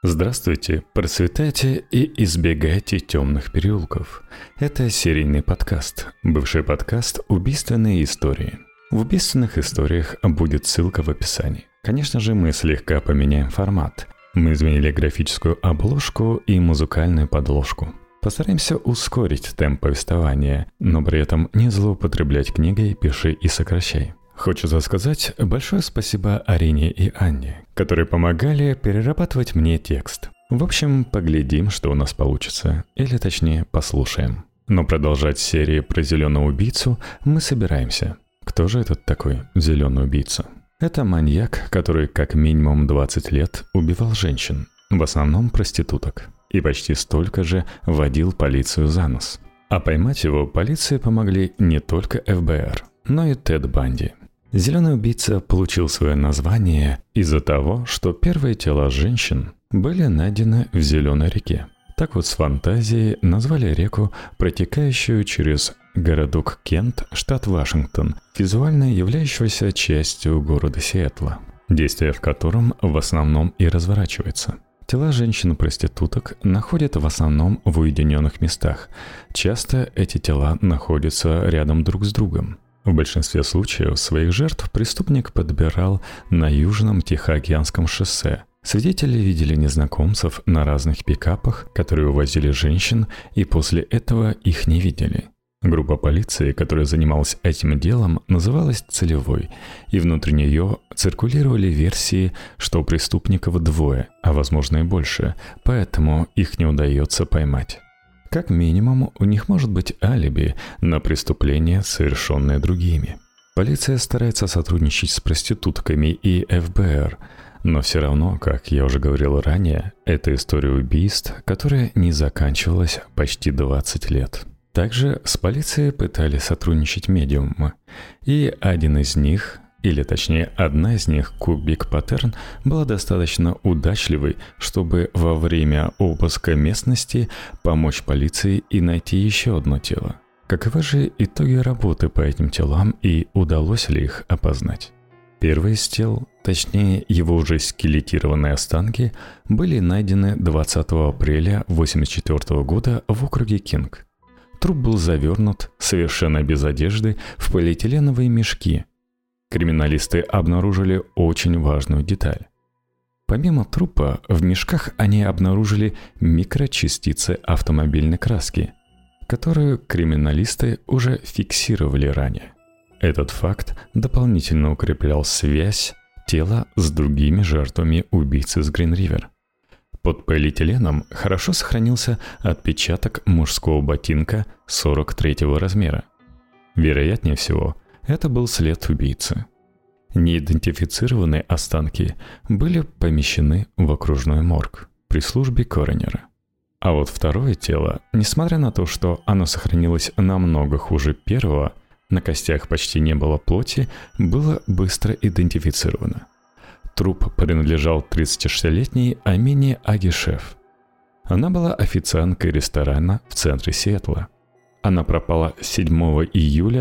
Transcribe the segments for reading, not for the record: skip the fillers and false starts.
Здравствуйте, процветайте и избегайте темных переулков. Это серийный подкаст, бывший подкаст «Убийственные истории». В убийственных историях будет ссылка в описании. Конечно же, мы слегка поменяем формат. Мы изменили графическую обложку и музыкальную подложку. Постараемся ускорить темп повествования, но при этом не злоупотреблять книгой «Пиши и сокращай». Хочется сказать большое спасибо Арине и Анне, которые помогали перерабатывать мне текст. В общем, поглядим, что у нас получится, или точнее, послушаем. Но продолжать серию про зеленого убийцу мы собираемся. Кто же этот такой зеленый убийца? Это маньяк, который как минимум 20 лет убивал женщин, в основном проституток, и почти столько же водил полицию за нос. А поймать его полиции помогли не только ФБР, но и Тед Банди. Зеленый убийца получил свое название из-за того, что первые тела женщин были найдены в Зеленой реке. Так вот, с фантазией назвали реку, протекающую через городок Кент, штат Вашингтон, визуально являющегося частью города Сиэтла, действие в котором в основном и разворачивается. Тела женщин-проституток находят в основном в уединенных местах. Часто эти тела находятся рядом друг с другом. В большинстве случаев своих жертв преступник подбирал на Южном Тихоокеанском шоссе. Свидетели видели незнакомцев на разных пикапах, которые увозили женщин, и после этого их не видели. Группа полиции, которая занималась этим делом, называлась «Целевой», и внутри нее циркулировали версии, что преступников двое, а возможно и больше, поэтому их не удается поймать. Как минимум, у них может быть алиби на преступления, совершенные другими. Полиция старается сотрудничать с проститутками и ФБР, но все равно, как я уже говорил ранее, это история убийств, которая не заканчивалась почти 20 лет. Также с полицией пытались сотрудничать медиумы, и один из них, или точнее одна из них, Кубик Паттерн, была достаточно удачливой, чтобы во время обыска местности помочь полиции и найти еще одно тело. Каковы же итоги работы по этим телам и удалось ли их опознать? Первый из тел, точнее его уже скелетированные останки, были найдены 20 апреля 1984 года в округе Кинг. Труп был завернут, совершенно без одежды, в полиэтиленовые мешки. Криминалисты обнаружили очень важную деталь. Помимо трупа, в мешках они обнаружили микрочастицы автомобильной краски, которую криминалисты уже фиксировали ранее. Этот факт дополнительно укреплял связь тела с другими жертвами убийцы с Грин-Ривер. Под полиэтиленом хорошо сохранился отпечаток мужского ботинка 43-го размера. Вероятнее всего, это был след убийцы. Неидентифицированные останки были помещены в окружной морг при службе коронера. А вот второе тело, несмотря на то, что оно сохранилось намного хуже первого, на костях почти не было плоти, было быстро идентифицировано. Труп принадлежал 36-летней Амине Агишеф. Она была официанткой ресторана в центре Сиэтла. Она пропала 7 июля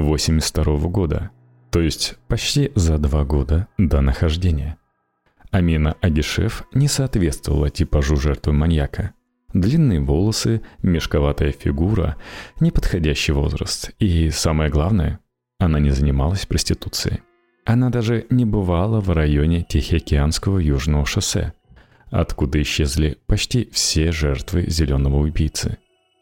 1982 года, то есть почти за 2 года до нахождения. Амина Агишеф не соответствовала типажу жертвы маньяка. Длинные волосы, мешковатая фигура, неподходящий возраст и, самое главное, она не занималась проституцией. Она даже не бывала в районе Тихоокеанского южного шоссе, откуда исчезли почти все жертвы зеленого убийцы.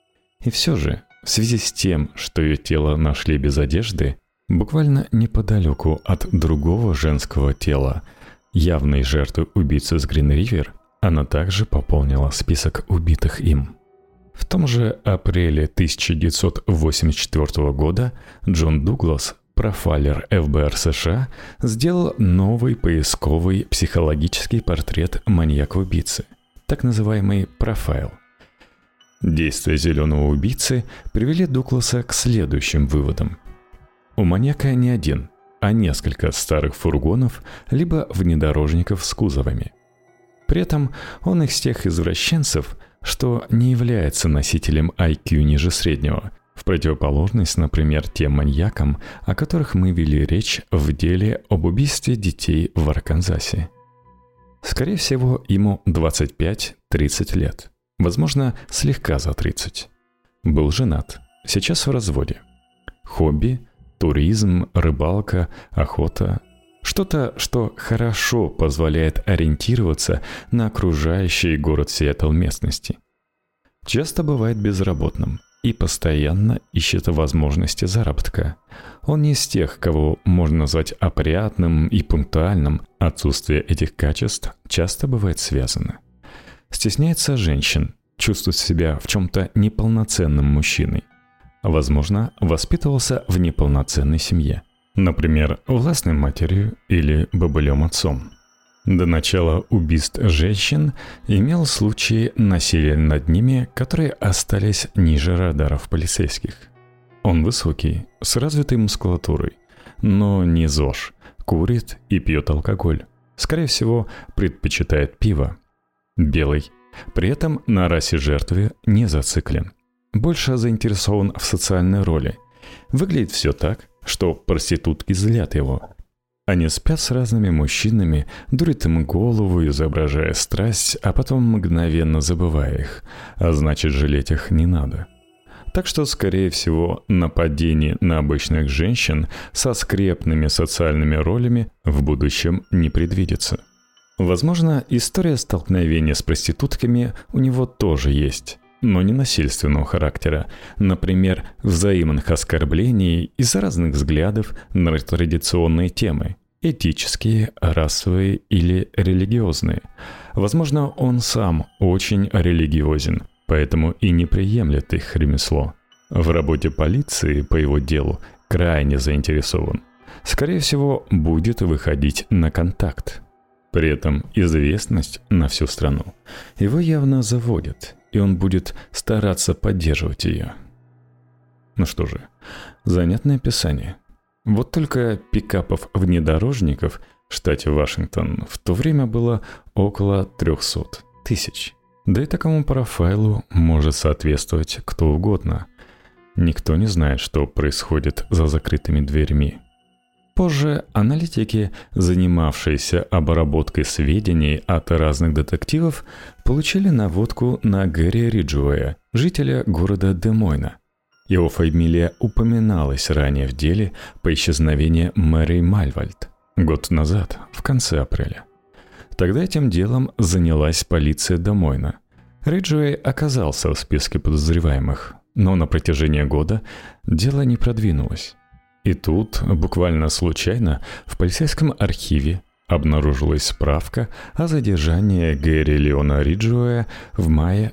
И все же, в связи с тем, что ее тело нашли без одежды, буквально неподалеку от другого женского тела, явной жертвы убийцы с Грин-Ривер, она также пополнила список убитых им. В том же апреле 1984 года Джон Дуглас, профайлер ФБР США, сделал новый поисковый психологический портрет маньяка-убийцы, так называемый профайл. Действия зеленого убийцы привели Дугласа к следующим выводам. У маньяка не один, а несколько старых фургонов либо внедорожников с кузовами. При этом он из тех извращенцев, что не является носителем IQ ниже среднего, в противоположность, например, тем маньякам, о которых мы вели речь в деле об убийстве детей в Арканзасе. Скорее всего, ему 25-30 лет. Возможно, слегка за 30. Был женат. Сейчас в разводе. Хобби – туризм, рыбалка, охота. Что-то, что хорошо позволяет ориентироваться на окружающий город Сиэтл местности. Часто бывает безработным и постоянно ищет возможности заработка. Он не из тех, кого можно назвать опрятным и пунктуальным. Отсутствие этих качеств часто бывает связано. Стесняется женщин, чувствует себя в чем-то неполноценным мужчиной. Возможно, воспитывался в неполноценной семье. Например, властной матерью или бабылем отцом. До начала убийств женщин имел случаи насилия над ними, которые остались ниже радаров полицейских. Он высокий, с развитой мускулатурой, но не ЗОЖ, курит и пьет алкоголь. Скорее всего, предпочитает пиво. Белый. При этом на расе жертвы не зациклен. Больше заинтересован в социальной роли. Выглядит все так, что проститутки злят его. Они спят с разными мужчинами, дурят им голову, изображая страсть, а потом мгновенно забывая их, а значит, жалеть их не надо. Так что, скорее всего, нападений на обычных женщин со скрепными социальными ролями в будущем не предвидится. Возможно, история столкновения с проститутками у него тоже есть, но не насильственного характера, например, взаимных оскорблений из-за разных взглядов на традиционные темы, этические, расовые или религиозные. Возможно, он сам очень религиозен, поэтому и не приемлет их ремесло. В работе полиции по его делу крайне заинтересован. Скорее всего, будет выходить на контакт. При этом известность на всю страну его явно заводит, и он будет стараться поддерживать ее. Ну что же, занятное описание. Вот только пикапов-внедорожников в штате Вашингтон в то время было около 300 тысяч. Да и такому профайлу может соответствовать кто угодно. Никто не знает, что происходит за закрытыми дверьми. Позже аналитики, занимавшиеся обработкой сведений от разных детективов, получили наводку на Гэри Риджуэя, жителя города Де-Мойна. Его фамилия упоминалась ранее в деле по исчезновению Мэри Мальвальд год назад, в конце апреля. Тогда этим делом занялась полиция Де-Мойна. Риджуэй оказался в списке подозреваемых, но на протяжении года дело не продвинулось. И тут, буквально случайно, в полицейском архиве обнаружилась справка о задержании Гэри Леона Риджуэя в мае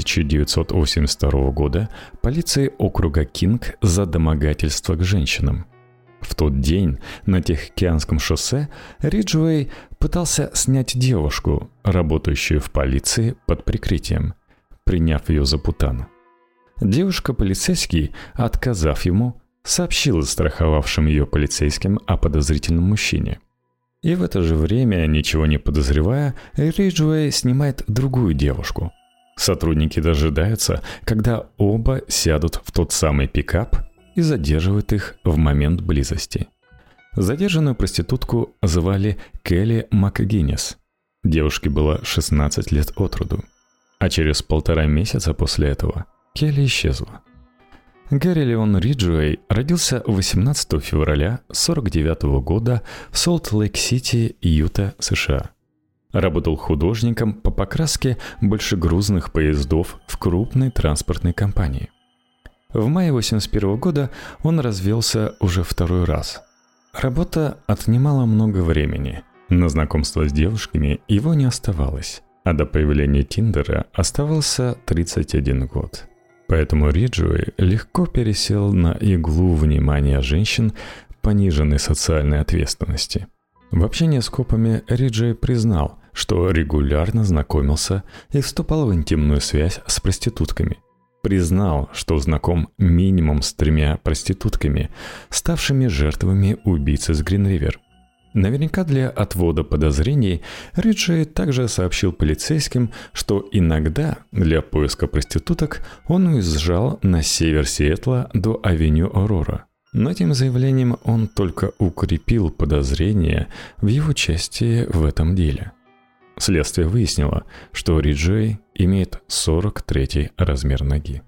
1982 года полицией округа Кинг за домогательство к женщинам. В тот день на Тихоокеанском шоссе Риджуэй пытался снять девушку, работающую в полиции под прикрытием, приняв ее за путану. Девушка-полицейский, отказав ему, сообщила страховавшим ее полицейским о подозрительном мужчине. И в это же время, ничего не подозревая, Риджуэй снимает другую девушку. Сотрудники дожидаются, когда оба сядут в тот самый пикап и задерживают их в момент близости. Задержанную проститутку звали Келли МакГиннис. Девушке было 16 лет от роду. А через 1,5 месяца после этого Келли исчезла. Гэри Леон Риджуэй родился 18 февраля 1949 года в Солт-Лейк-Сити, Юта, США. Работал художником по покраске большегрузных поездов в крупной транспортной компании. В мае 1981 года он развелся уже 2-й раз. Работа отнимала много времени. На знакомство с девушками его не оставалось, а до появления Тиндера оставался 31 год. Поэтому Риджуэй легко пересел на иглу внимания женщин пониженной социальной ответственности. В общении с копами Риджуэй признал, что регулярно знакомился и вступал в интимную связь с проститутками. Признал, что знаком минимум с 3 проститутками, ставшими жертвами убийцы с Грин-Ривер. Наверняка для отвода подозрений Риджуэй также сообщил полицейским, что иногда для поиска проституток он уезжал на север Сиэтла до авеню Аурора. Но этим заявлением он только укрепил подозрения в его участии в этом деле. Следствие выяснило, что Риджуэй имеет 43-й размер ноги.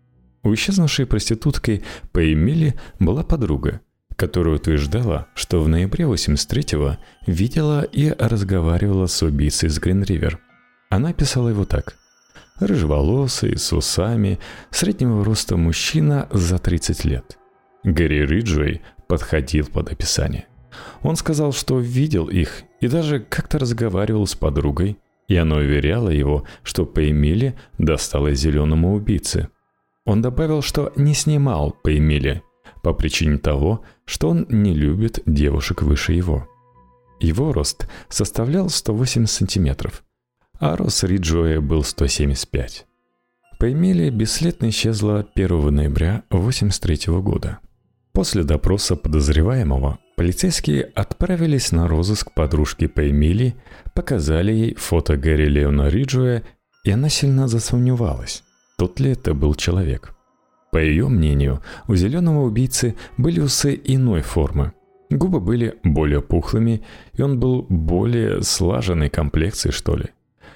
У исчезнувшей проституткой Пэй Милли была подруга, которая утверждала, что в ноябре 83-го видела и разговаривала с убийцей из Грин-Ривер. Она описала его так: рыжеволосый, с усами, среднего роста мужчина за 30 лет. Гэри Риджуэй подходил под описание. Он сказал, что видел их и даже как-то разговаривал с подругой, и она уверяла его, что Пэй Милли досталась зеленому убийце. Он добавил, что не снимал Пэй Милли по причине того, что он не любит девушек выше его. Его рост составлял 180 сантиметров, а рост Риджуэя был 175. Пэй Милли бесследно исчезла 1 ноября 1983 года. После допроса подозреваемого полицейские отправились на розыск подружки Пэй Милли, показали ей фото Гэри Леона Риджуэя, и она сильно засомневалась, тот ли это был человек. По ее мнению, у зеленого убийцы были усы иной формы, губы были более пухлыми, и он был более слаженной комплекции, что ли.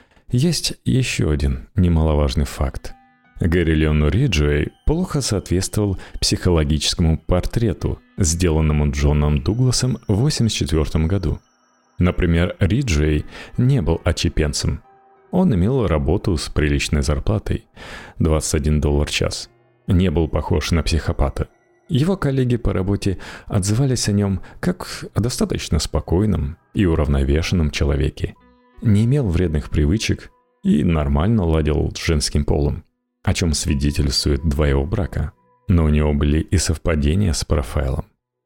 Есть еще один немаловажный факт. Гэри Леону Риджуэй плохо соответствовал психологическому портрету, сделанному Джоном Дугласом в 1984 году. Например, Риджуэй не был отщепенцем. Он имел работу с приличной зарплатой – $21 в час. Не был похож на психопата. Его коллеги по работе отзывались о нем как о достаточно спокойном и уравновешенном человеке. Не имел вредных привычек и нормально ладил с женским полом, о чем свидетельствует 2 его брака. Но у него были и совпадения с профайлом.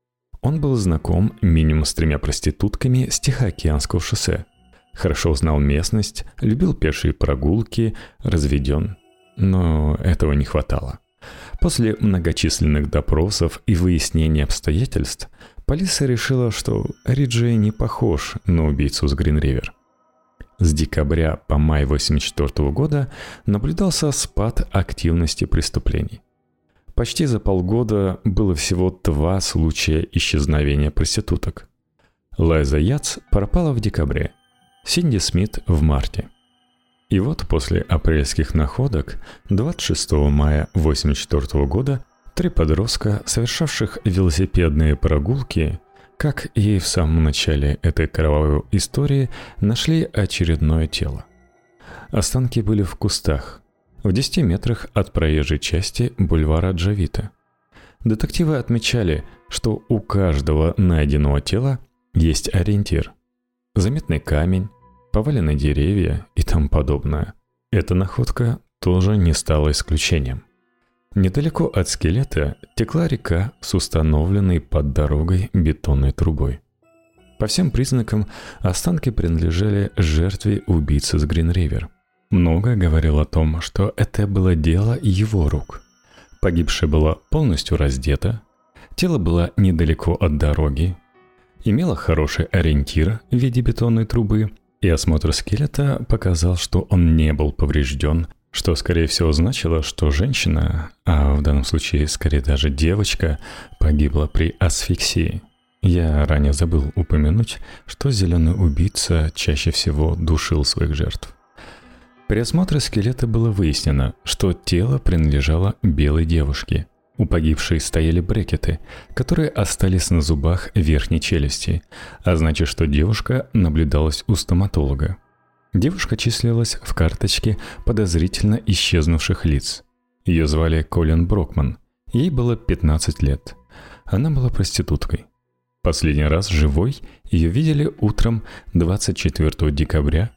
Он был знаком минимум с 3 проститутками с Тихоокеанского шоссе. Хорошо знал местность, любил пешие прогулки, разведен. Но этого не хватало. После многочисленных допросов и выяснения обстоятельств, полиция решила, что Риджуэй не похож на убийцу с Грин-Ривер. С декабря по май 1984 года наблюдался спад активности преступлений. Почти за полгода было всего 2 случая исчезновения проституток. Лайза Яц пропала в декабре, Синди Смит в марте. И вот после апрельских находок 26 мая 1984 года 3 подростка, совершавших велосипедные прогулки, как и в самом начале этой кровавой истории, нашли очередное тело. Останки были в кустах, в 10 метрах от проезжей части бульвара Джавита. Детективы отмечали, что у каждого найденного тела есть ориентир. Заметный камень, поваленные деревья и тому подобное. Эта находка тоже не стала исключением. Недалеко от скелета текла река с установленной под дорогой бетонной трубой. По всем признакам останки принадлежали жертве убийцы с Грин-Ривер. Многое говорило о том, что это было дело его рук. Погибшая была полностью раздета, тело было недалеко от дороги, имело хороший ориентир в виде бетонной трубы, и осмотр скелета показал, что он не был поврежден, что, скорее всего, значило, что женщина, а в данном случае, скорее даже девочка, погибла при асфиксии. Я ранее забыл упомянуть, что зеленый убийца чаще всего душил своих жертв. При осмотре скелета было выяснено, что тело принадлежало белой девушке. У погибшей стояли брекеты, которые остались на зубах верхней челюсти, а значит, что девушка наблюдалась у стоматолога. Девушка числилась в карточке подозрительно исчезнувших лиц. Ее звали Колин Брокман. Ей было 15 лет. Она была проституткой. Последний раз живой ее видели утром 24 декабря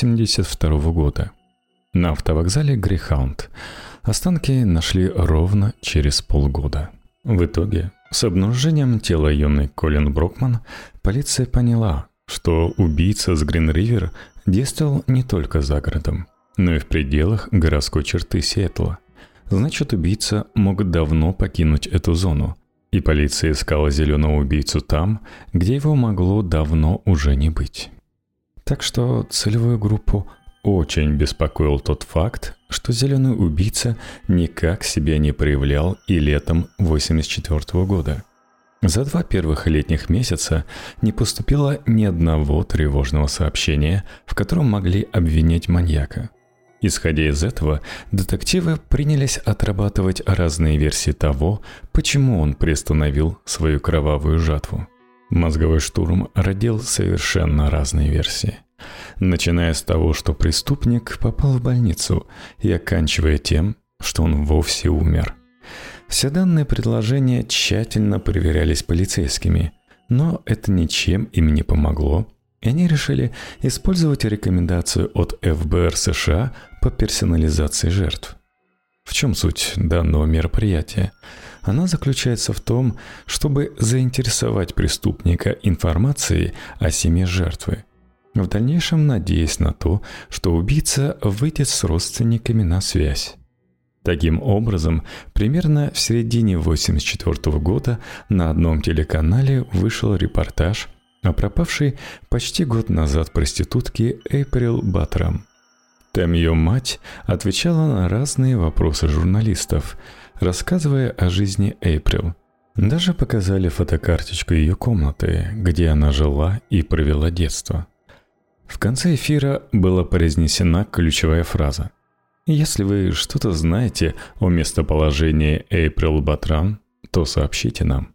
1982 года. На автовокзале Грейхаунд. Останки нашли ровно через полгода. В итоге, с обнаружением тела юной Колин Брокман, полиция поняла, что убийца с Грин-Ривер действовал не только за городом, но и в пределах городской черты Сиэтла. Значит, убийца мог давно покинуть эту зону, и полиция искала зеленого убийцу там, где его могло давно уже не быть. Так что целевую группу очень беспокоил тот факт, что зеленый убийца никак себя не проявлял и летом 1984 года. В За 2 первых летних месяца не поступило ни одного тревожного сообщения, в котором могли обвинять маньяка. Исходя из этого, детективы принялись отрабатывать разные версии того, почему он приостановил свою кровавую жатву. Мозговой штурм родил совершенно разные версии. Начиная с того, что преступник попал в больницу, и оканчивая тем, что он вовсе умер. Все данные предложения тщательно проверялись полицейскими, но это ничем им не помогло, и они решили использовать рекомендацию от ФБР США по персонализации жертв. В чем суть данного мероприятия? Она заключается в том, чтобы заинтересовать преступника информацией о семье жертвы, в дальнейшем надеясь на то, что убийца выйдет с родственниками на связь. Таким образом, примерно в середине 1984 года на одном телеканале вышел репортаж о пропавшей почти год назад проститутке Эйприл Батрам. Там ее мать отвечала на разные вопросы журналистов, рассказывая о жизни Эйприл. Даже показали фотокарточку ее комнаты, где она жила и провела детство. В конце эфира была произнесена ключевая фраза: «Если вы что-то знаете о местоположении Эйприл Батрам, то сообщите нам».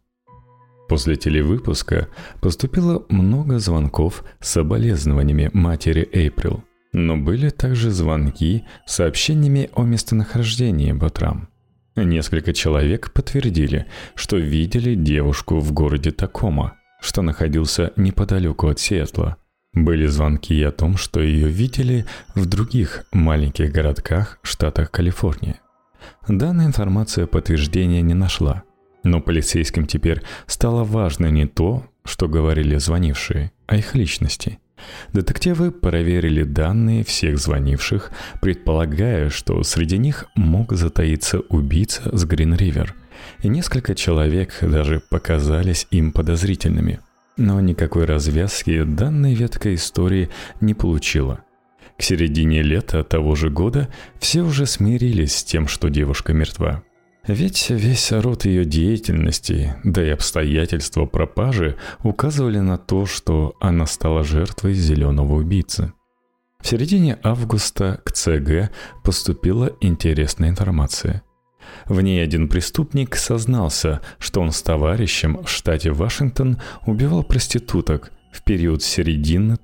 После телевыпуска поступило много звонков с соболезнованиями матери Эйприл, но были также звонки с сообщениями о местонахождении Батрам. Несколько человек подтвердили, что видели девушку в городе Такома, что находился неподалеку от Сиэтла. Были звонки и о том, что ее видели в других маленьких городках штата Калифорния. Данная информация подтверждения не нашла, но полицейским теперь стало важно не то, что говорили звонившие, а их личности. Детективы проверили данные всех звонивших, предполагая, что среди них мог затаиться убийца с Грин-Ривер, и несколько человек даже показались им подозрительными. Но никакой развязки данная ветка истории не получила. К середине лета того же года все уже смирились с тем, что девушка мертва. Ведь весь род ее деятельности, да и обстоятельства пропажи указывали на то, что она стала жертвой зеленого убийцы. В середине августа к ЦГ поступила интересная информация. В ней один преступник сознался, что он с товарищем в штате Вашингтон убивал проституток в период с середины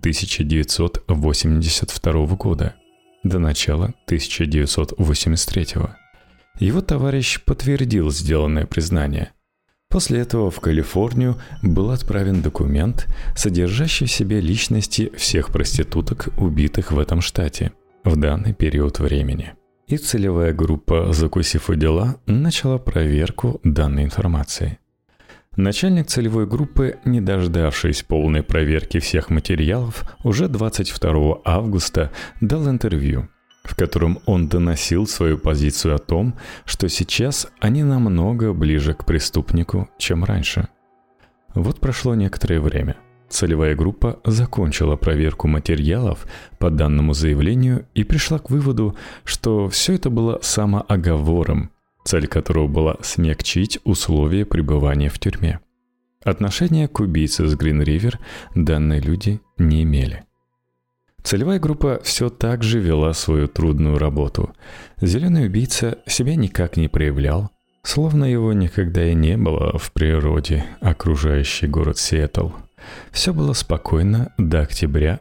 1982 года до начала 1983. Его товарищ подтвердил сделанное признание. После этого в Калифорнию был отправлен документ, содержащий в себе личности всех проституток, убитых в этом штате в данный период времени. И целевая группа, закусив у дела, начала проверку данной информации. Начальник целевой группы, не дождавшись полной проверки всех материалов, уже 22 августа дал интервью, в котором он доносил свою позицию о том, что сейчас они намного ближе к преступнику, чем раньше. Вот прошло некоторое время. Целевая группа закончила проверку материалов по данному заявлению и пришла к выводу, что все это было самооговором, цель которого была смягчить условия пребывания в тюрьме. Отношения к убийце с Грин-Ривер данные люди не имели. Целевая группа все так же вела свою трудную работу. Зеленый убийца себя никак не проявлял, словно его никогда и не было в природе, окружающий город Сиэтл. Все было спокойно до октября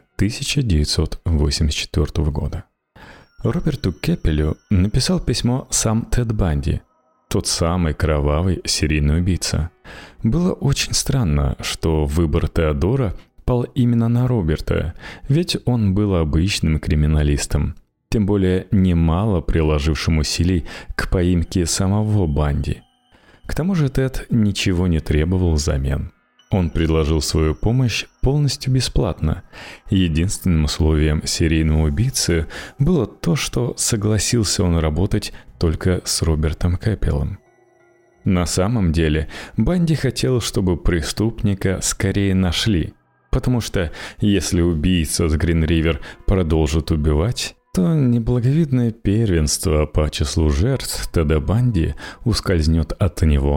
1984 года. Роберту Кеппелю написал письмо сам Тед Банди, тот самый кровавый серийный убийца. Было очень странно, что выбор Теодора пал именно на Роберта, ведь он был обычным криминалистом, тем более немало приложившим усилий к поимке самого Банди. К тому же Тед ничего не требовал взамен. Он предложил свою помощь полностью бесплатно. Единственным условием серийного убийцы было то, что согласился он работать только с Робертом Кеппелем. На самом деле, Банди хотел, чтобы преступника скорее нашли, потому что если убийца с Грин-Ривер продолжит убивать, то неблаговидное первенство по числу жертв Теда Банди ускользнет от него,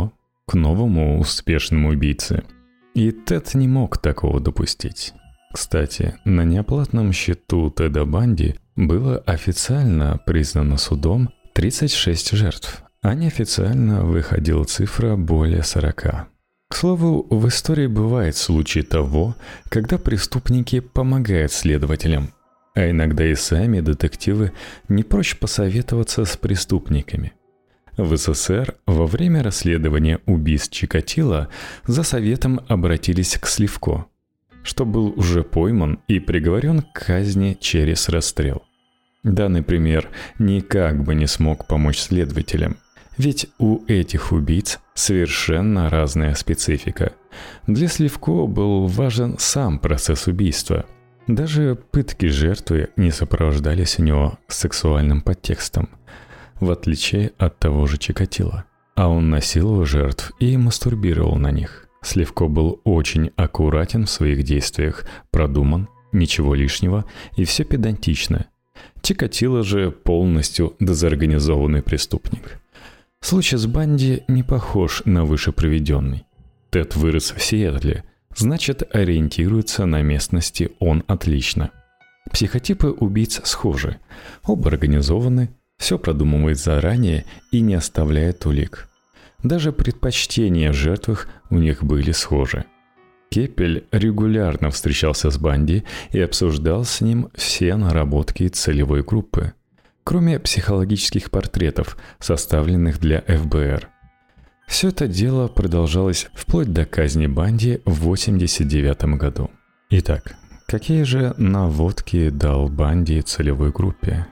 к новому успешному убийце. И Тед не мог такого допустить. Кстати, на неоплатном счету Теда Банди было официально признано судом 36 жертв, а неофициально выходила цифра более 40. К слову, в истории бывают случаи того, когда преступники помогают следователям, а иногда и сами детективы не прочь посоветоваться с преступниками. В СССР во время расследования убийств Чикатило за советом обратились к Сливко, что был уже пойман и приговорен к казни через расстрел. Данный пример никак бы не смог помочь следователям, ведь у этих убийц совершенно разная специфика. Для Сливко был важен сам процесс убийства. Даже пытки жертвы не сопровождались у него сексуальным подтекстом, в отличие от того же Чикатило. А он насиловал жертв и мастурбировал на них. Сливко был очень аккуратен в своих действиях, продуман, ничего лишнего и все педантично. Чикатило же полностью дезорганизованный преступник. Случай с Банди не похож на вышеприведенный. Тед вырос в Сиэтле, значит, ориентируется на местности он отлично. Психотипы убийц схожи, оба организованы, все продумывает заранее и не оставляет улик. Даже предпочтения в жертвах у них были схожи. Кеппель регулярно встречался с Банди и обсуждал с ним все наработки целевой группы, кроме психологических портретов, составленных для ФБР. Все это дело продолжалось вплоть до казни Банди в 1989 году. Итак, какие же наводки дал Банди целевой группе?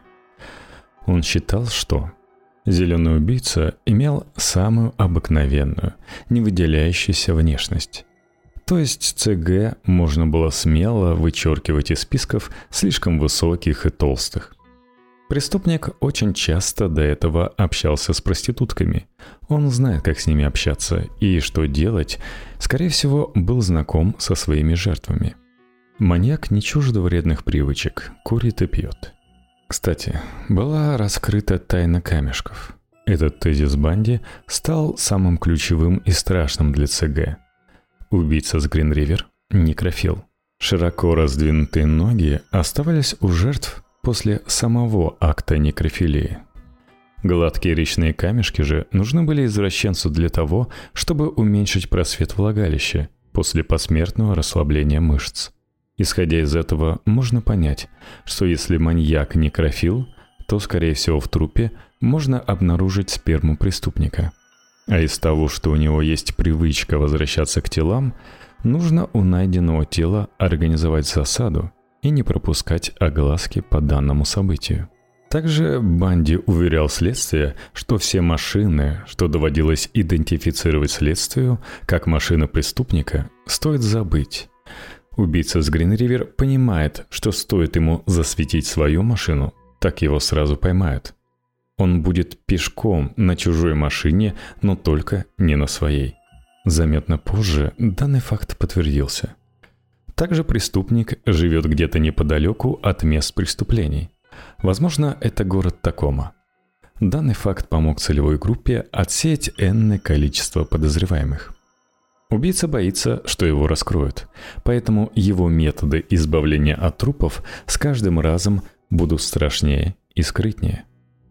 Он считал, что зеленый убийца имел самую обыкновенную, не выделяющуюся внешность. То есть ЦГ можно было смело вычеркивать из списков слишком высоких и толстых. Преступник очень часто до этого общался с проститутками. Он знает, как с ними общаться и что делать, скорее всего, был знаком со своими жертвами. Маньяк не чужд вредных привычек, курит и пьет. Кстати, была раскрыта тайна камешков. Этот тезис Банди стал самым ключевым и страшным для ЦГ. Убийца с Грин-Ривер – некрофил. Широко раздвинутые ноги оставались у жертв после самого акта некрофилии. Гладкие речные камешки же нужны были извращенцу для того, чтобы уменьшить просвет влагалища после посмертного расслабления мышц. Исходя из этого, можно понять, что если маньяк некрофил, то, скорее всего, в трупе можно обнаружить сперму преступника. А из того, что у него есть привычка возвращаться к телам, нужно у найденного тела организовать засаду и не пропускать огласки по данному событию. Также Банди уверял следствие, что все машины, что доводилось идентифицировать следствию как машина преступника, стоит забыть. Убийца с Грин-Ривер понимает, что стоит ему засветить свою машину, так его сразу поймают. Он будет пешком на чужой машине, но только не на своей. Заметно позже данный факт подтвердился. Также преступник живет где-то неподалеку от мест преступлений. Возможно, это город Такома. Данный факт помог целевой группе отсеять энное количество подозреваемых. Убийца боится, что его раскроют, поэтому его методы избавления от трупов с каждым разом будут страшнее и скрытнее.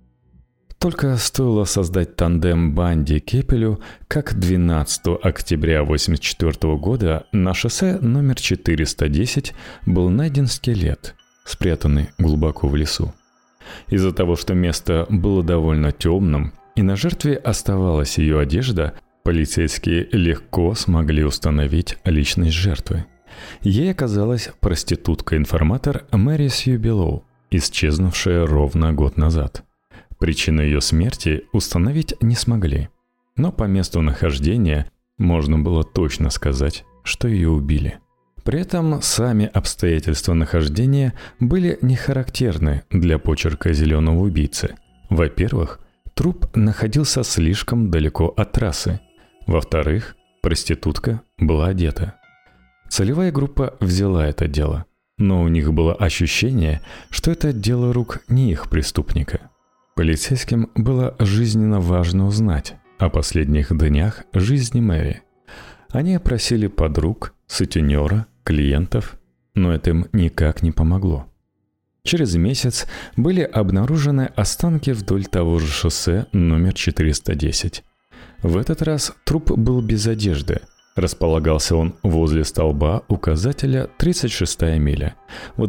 Только стоило создать тандем Банди-Кеппелю, как 12 октября 1984 года на шоссе номер 410 был найден скелет, спрятанный глубоко в лесу. Из-за того, что место было довольно темным и на жертве оставалась ее одежда, полицейские легко смогли установить личность жертвы. Ей оказалась проститутка-информатор Мэри Сью Беллоу, исчезнувшая ровно год назад. Причину ее смерти установить не смогли, но по месту нахождения можно было точно сказать, что ее убили. При этом сами обстоятельства нахождения были не характерны для почерка зеленого убийцы. Во-первых, труп находился слишком далеко от трассы. Во-вторых, проститутка была одета. Целевая группа взяла это дело, но у них было ощущение, что это дело рук не их преступника. Полицейским было жизненно важно узнать, о последних днях жизни Мэри. Они опросили подруг, сутенера, клиентов, но это им никак не помогло. Через месяц были обнаружены останки вдоль того же шоссе номер 410. В этот раз труп был без одежды. Располагался он возле столба указателя 36-я миля, в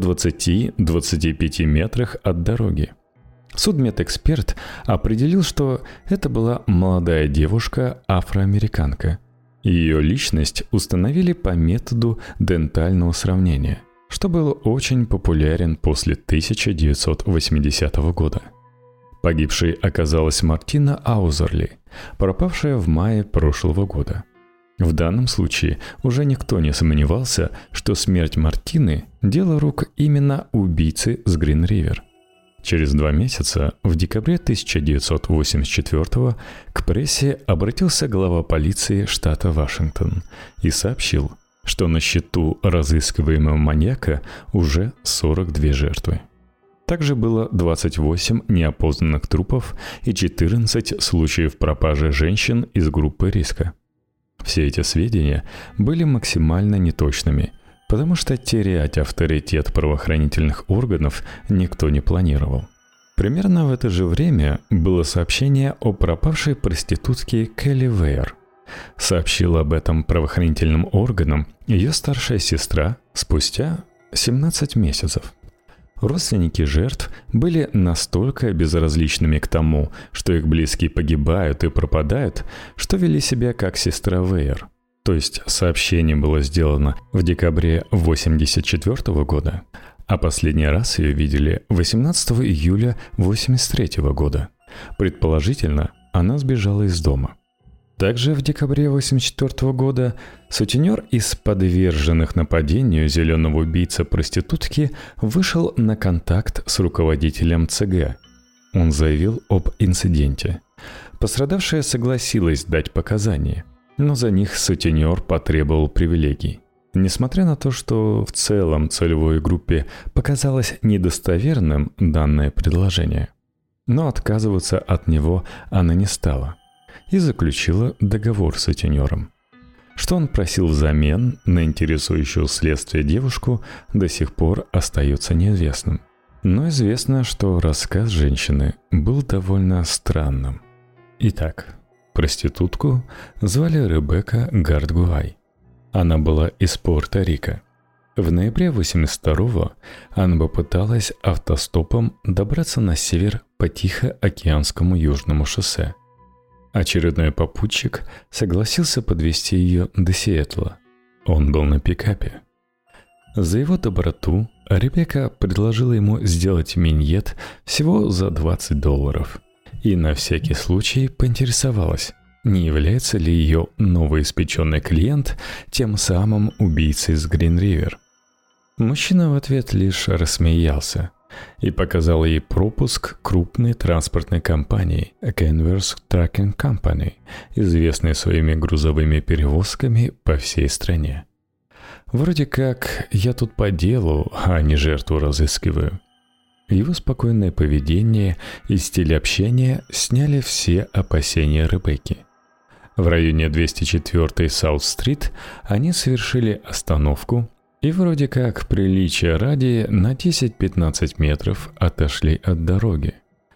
20-25 метрах от дороги. Судмедэксперт определил, что это была молодая девушка-афроамериканка. Ее личность установили по методу дентального сравнения, что был очень популярен после 1980 года. Погибшей оказалась Мартина Аузерли, пропавшая в мае прошлого года. В данном случае уже никто не сомневался, что смерть Мартины – дело рук именно убийцы с Грин-Ривер. Через 2 месяца, в декабре 1984 к прессе обратился глава полиции штата Вашингтон и сообщил, что на счету разыскиваемого маньяка уже 42 жертвы. Также было 28 неопознанных трупов и 14 случаев пропажи женщин из группы риска. Все эти сведения были максимально неточными, потому что терять авторитет правоохранительных органов никто не планировал. Примерно в это же время было сообщение о пропавшей проститутке Келли Вейер. Сообщила об этом правоохранительным органам ее старшая сестра спустя 17 месяцев. Родственники жертв были настолько безразличными к тому, что их близкие погибают и пропадают, что вели себя как сестра Вейер. То есть сообщение было сделано в декабре 1984 года, а последний раз ее видели 18 июля 1983 года. Предположительно, она сбежала из дома. Также в декабре 1984 года сутенер из подверженных нападению зеленого убийца проститутки вышел на контакт с руководителем ЦГ. Он заявил об инциденте. Пострадавшая согласилась дать показания, но за них сутенер потребовал привилегий. Несмотря на то, что в целом целевой группе показалось недостоверным данное предложение, но отказываться от него она не стала и заключила договор с сутенером. Что он просил взамен на интересующую следствие девушку, до сих пор остается неизвестным. Но известно, что рассказ женщины был довольно странным. Итак, проститутку звали Ребекка Гардгуай. Она была из Пуэрто-Рико. В ноябре 1982-го она попыталась автостопом добраться на север по Тихоокеанскому южному шоссе. Очередной попутчик согласился подвезти ее до Сиэтла. Он был на пикапе. За его доброту Ребекка предложила ему сделать миньет всего за $20 и на всякий случай поинтересовалась, не является ли ее новоиспеченный клиент тем самым убийцей с Грин-Ривер. Мужчина в ответ лишь рассмеялся и показал ей пропуск крупной транспортной компании Canvas Trucking Company, известной своими грузовыми перевозками по всей стране. Вроде как я тут по делу, а не жертву разыскиваю. Его спокойное поведение и стиль общения сняли все опасения Ребекки. В районе 204-й Саут-стрит они совершили остановку и вроде как приличия ради на 10-15 метров отошли от дороги.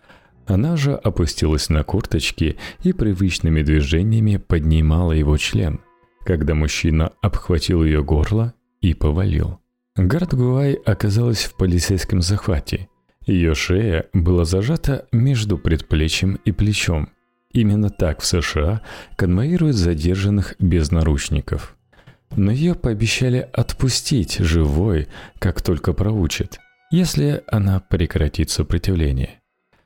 Она же опустилась на корточки и привычными движениями поднимала его член, когда мужчина обхватил ее горло и повалил. Гардгуай оказалась в полицейском захвате. Ее шея была зажата между предплечьем и плечом. Именно так в США конвоируют задержанных без наручников. Но ее пообещали отпустить живой, как только проучат, если она прекратит сопротивление.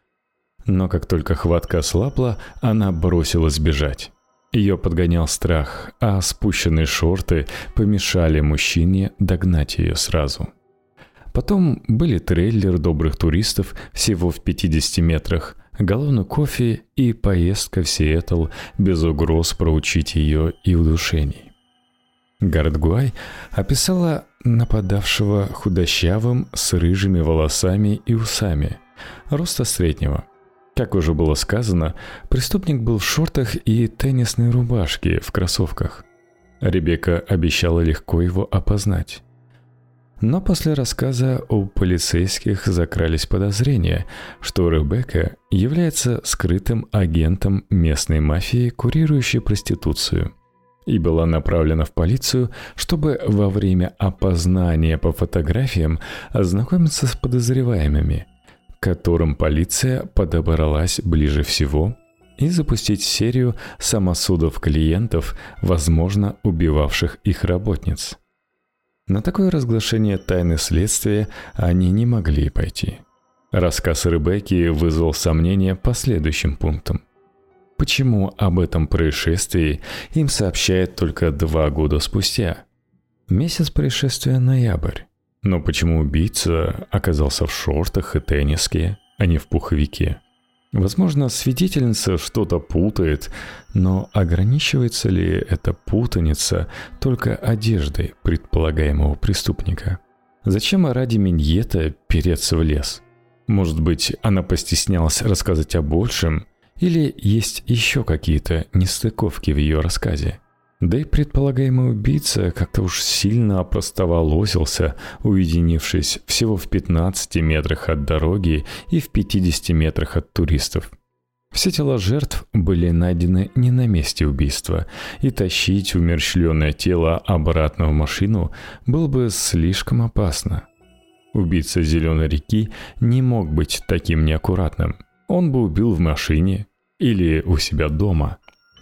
Но как только хватка ослабла, она бросилась бежать. Ее подгонял страх, а спущенные шорты помешали мужчине догнать ее сразу. Потом были трейлер добрых туристов всего в 50 метрах, галлоны кофе и поездка в Сиэтл без угроз проучить ее и удушений. Гардгуай описала нападавшего худощавым, с рыжими волосами и усами, роста среднего. Как уже было сказано, преступник был в шортах и теннисной рубашке в кроссовках. Ребекка обещала легко его опознать. Но после рассказа у полицейских закрались подозрения, что Ребекка является скрытым агентом местной мафии, курирующей проституцию, и была направлена в полицию, чтобы во время опознания по фотографиям ознакомиться с подозреваемыми, к которым полиция подобралась ближе всего, и запустить серию самосудов клиентов, возможно, убивавших их работниц. На такое разглашение тайны следствия они не могли пойти. Рассказ Ребекки вызвал сомнения по следующим пунктам. Почему об этом происшествии им сообщают только 2 года спустя? Месяц происшествия – ноябрь. Но почему убийца оказался в шортах и тенниске, а не в пуховике? Возможно, свидетельница что-то путает, но ограничивается ли эта путаница только одеждой предполагаемого преступника? Зачем ради миньета переться в лес? Может быть, она постеснялась рассказать о большем, или есть еще какие-то нестыковки в ее рассказе? Да и предполагаемый убийца как-то уж сильно опростоволосился, уединившись всего в 15 метрах от дороги и в 50 метрах от туристов. Все тела жертв были найдены не на месте убийства, и тащить умерщвленное тело обратно в машину было бы слишком опасно. Убийца Зеленой реки не мог быть таким неаккуратным. Он бы убил в машине или у себя дома.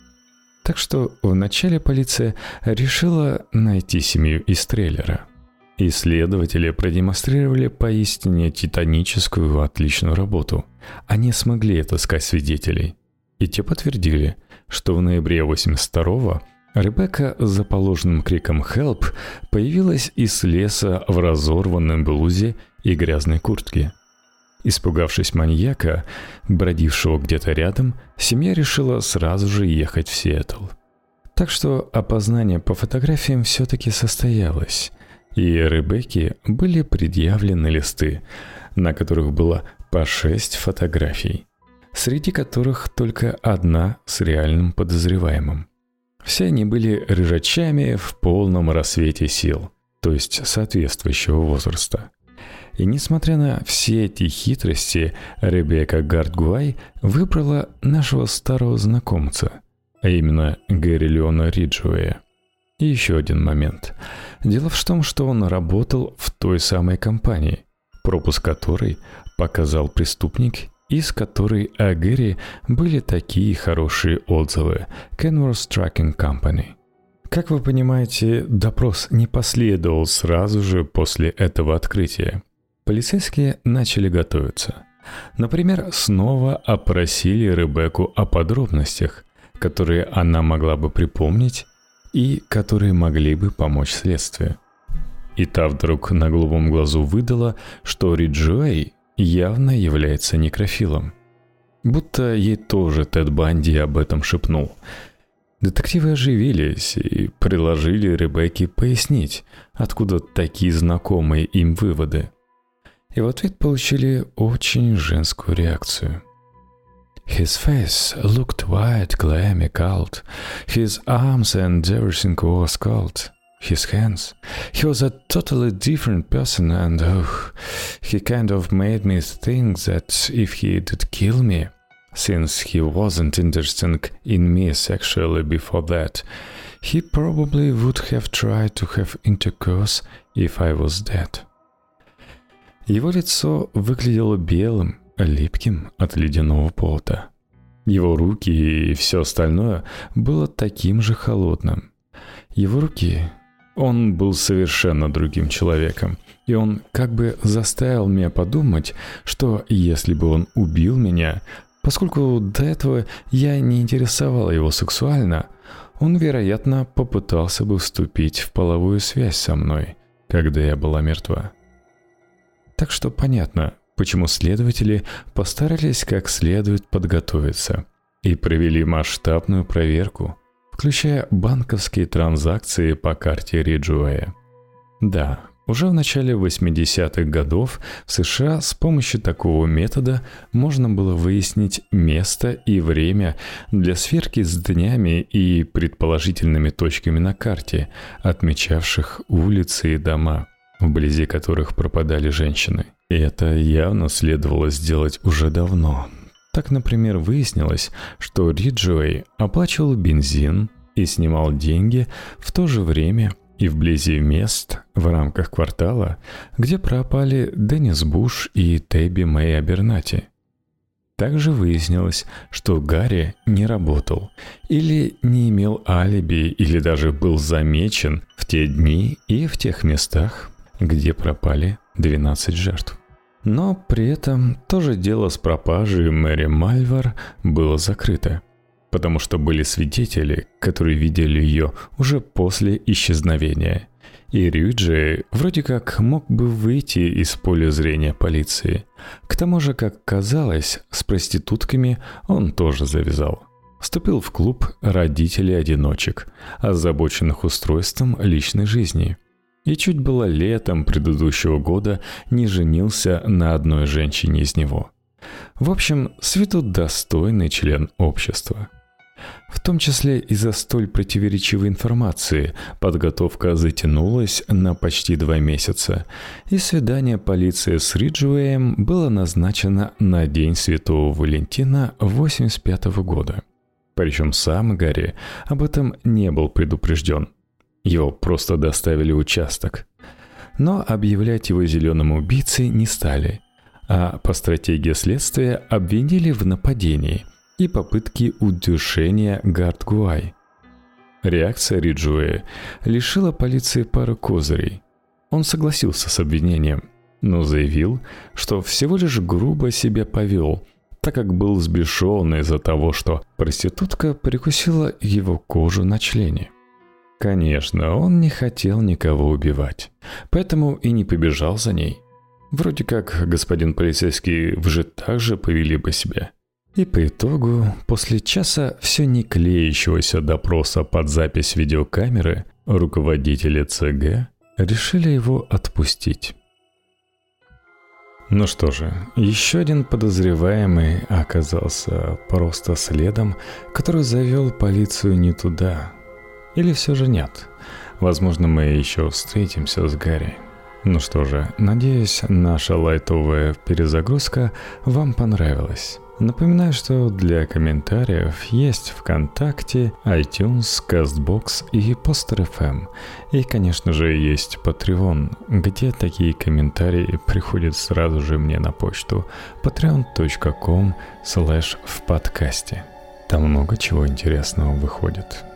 Так что вначале полиция решила найти семью из трейлера. Исследователи продемонстрировали поистине титаническую отличную работу. Они смогли отыскать свидетелей. И те подтвердили, что в ноябре 82-го Ребекка с заположенным криком «Help!» появилась из леса в разорванном блузе и грязной куртке. Испугавшись маньяка, бродившего где-то рядом, семья решила сразу же ехать в Сиэтл. Так что опознание по фотографиям все-таки состоялось, и Ребекке были предъявлены листы, на которых было по 6 фотографий, среди которых только одна с реальным подозреваемым. Все они были рыжачами в полном рассвете сил, то есть соответствующего возраста. И несмотря на все эти хитрости, Ребекка Гардгуай выбрала нашего старого знакомца, а именно Гэри Леона Риджуэя. И еще один момент. Дело в том, что он работал в той самой компании, пропуск которой показал преступник, из которой о Гэри были такие хорошие отзывы Kenworth Trucking Company. Как вы понимаете, допрос не последовал сразу же после этого открытия. Полицейские начали готовиться. Например, снова опросили Ребекку о подробностях, которые она могла бы припомнить и которые могли бы помочь следствию. И та вдруг на голубом глазу выдала, что Риджуэй явно является некрофилом. Будто ей тоже Тед Банди об этом шепнул. Детективы оживились и предложили Ребекке пояснить, откуда такие знакомые им выводы. И в ответ получили очень женскую реакцию. His face looked white, clammy, cold. His arms and everything was cold. His hands. He was a totally different person, and he kind of made me think that if he did kill me, since he wasn't interested in me sexually before that, he probably would have tried to have intercourse if I was dead. Его лицо выглядело белым, липким от ледяного пота. Его руки и все остальное было таким же холодным. Его руки... Он был совершенно другим человеком, и он как бы заставил меня подумать, что если бы он убил меня, поскольку до этого я не интересовала его сексуально, он, вероятно, попытался бы вступить в половую связь со мной, когда я была мертва. Так что понятно, почему следователи постарались как следует подготовиться и провели масштабную проверку, включая банковские транзакции по карте Риджуэя. Да, Уже в начале 80-х годов в США с помощью такого метода можно было выяснить место и время для сверки с днями и предположительными точками на карте, отмечавших улицы и дома, вблизи которых пропадали женщины. И это явно следовало сделать уже давно. Так, например, выяснилось, что Риджуэй оплачивал бензин и снимал деньги в то же время и вблизи мест в рамках квартала, где пропали Деннис Буш и Тебби Мэй Абернати. Также выяснилось, что Гарри не работал или не имел алиби, или даже был замечен в те дни и в тех местах, где пропали 12 жертв. Но при этом тоже дело с пропажей Мэри Мальвар было закрыто, потому что были свидетели, которые видели ее уже после исчезновения. И Риджуэй вроде как мог бы выйти из поля зрения полиции. К тому же, как казалось, с проститутками он тоже завязал. Вступил в клуб родителей-одиночек, озабоченных устройством личной жизни. И чуть было летом предыдущего года не женился на одной женщине из него. В общем, с виду достойный член общества. В том числе из-за столь противоречивой информации подготовка затянулась на почти 2 месяца, и свидание полиции с Риджуэем было назначено на День Святого Валентина 1985 года. Причем сам Гарри об этом не был предупрежден. Его просто доставили в участок. Но объявлять его зеленым убийцей не стали, а по стратегии следствия обвинили в нападении и попытке удушения Гард-Гуай. Реакция Риджуэя лишила полиции пары козырей. Он согласился с обвинением, но заявил, что всего лишь грубо себя повел, так как был взбешен из-за того, что проститутка прикусила его кожу на члене. Конечно, он не хотел никого убивать, поэтому и не побежал за ней. Вроде как господин полицейский, вы же так же повели бы себя. И по итогу, после часа все не клеящегося допроса под запись видеокамеры, руководители ЦГ решили его отпустить. Ну что же, еще один подозреваемый оказался просто следом, который завел полицию не туда. Или все же нет? Возможно, мы еще встретимся с Гарри. Ну что же, надеюсь, наша лайтовая перезагрузка вам понравилась. Напоминаю, что для комментариев есть ВКонтакте, iTunes, CastBox и Poster.fm. И, конечно же, есть Patreon, где такие комментарии приходят сразу же мне на почту patreon.com/вподкасте. Там много чего интересного выходит.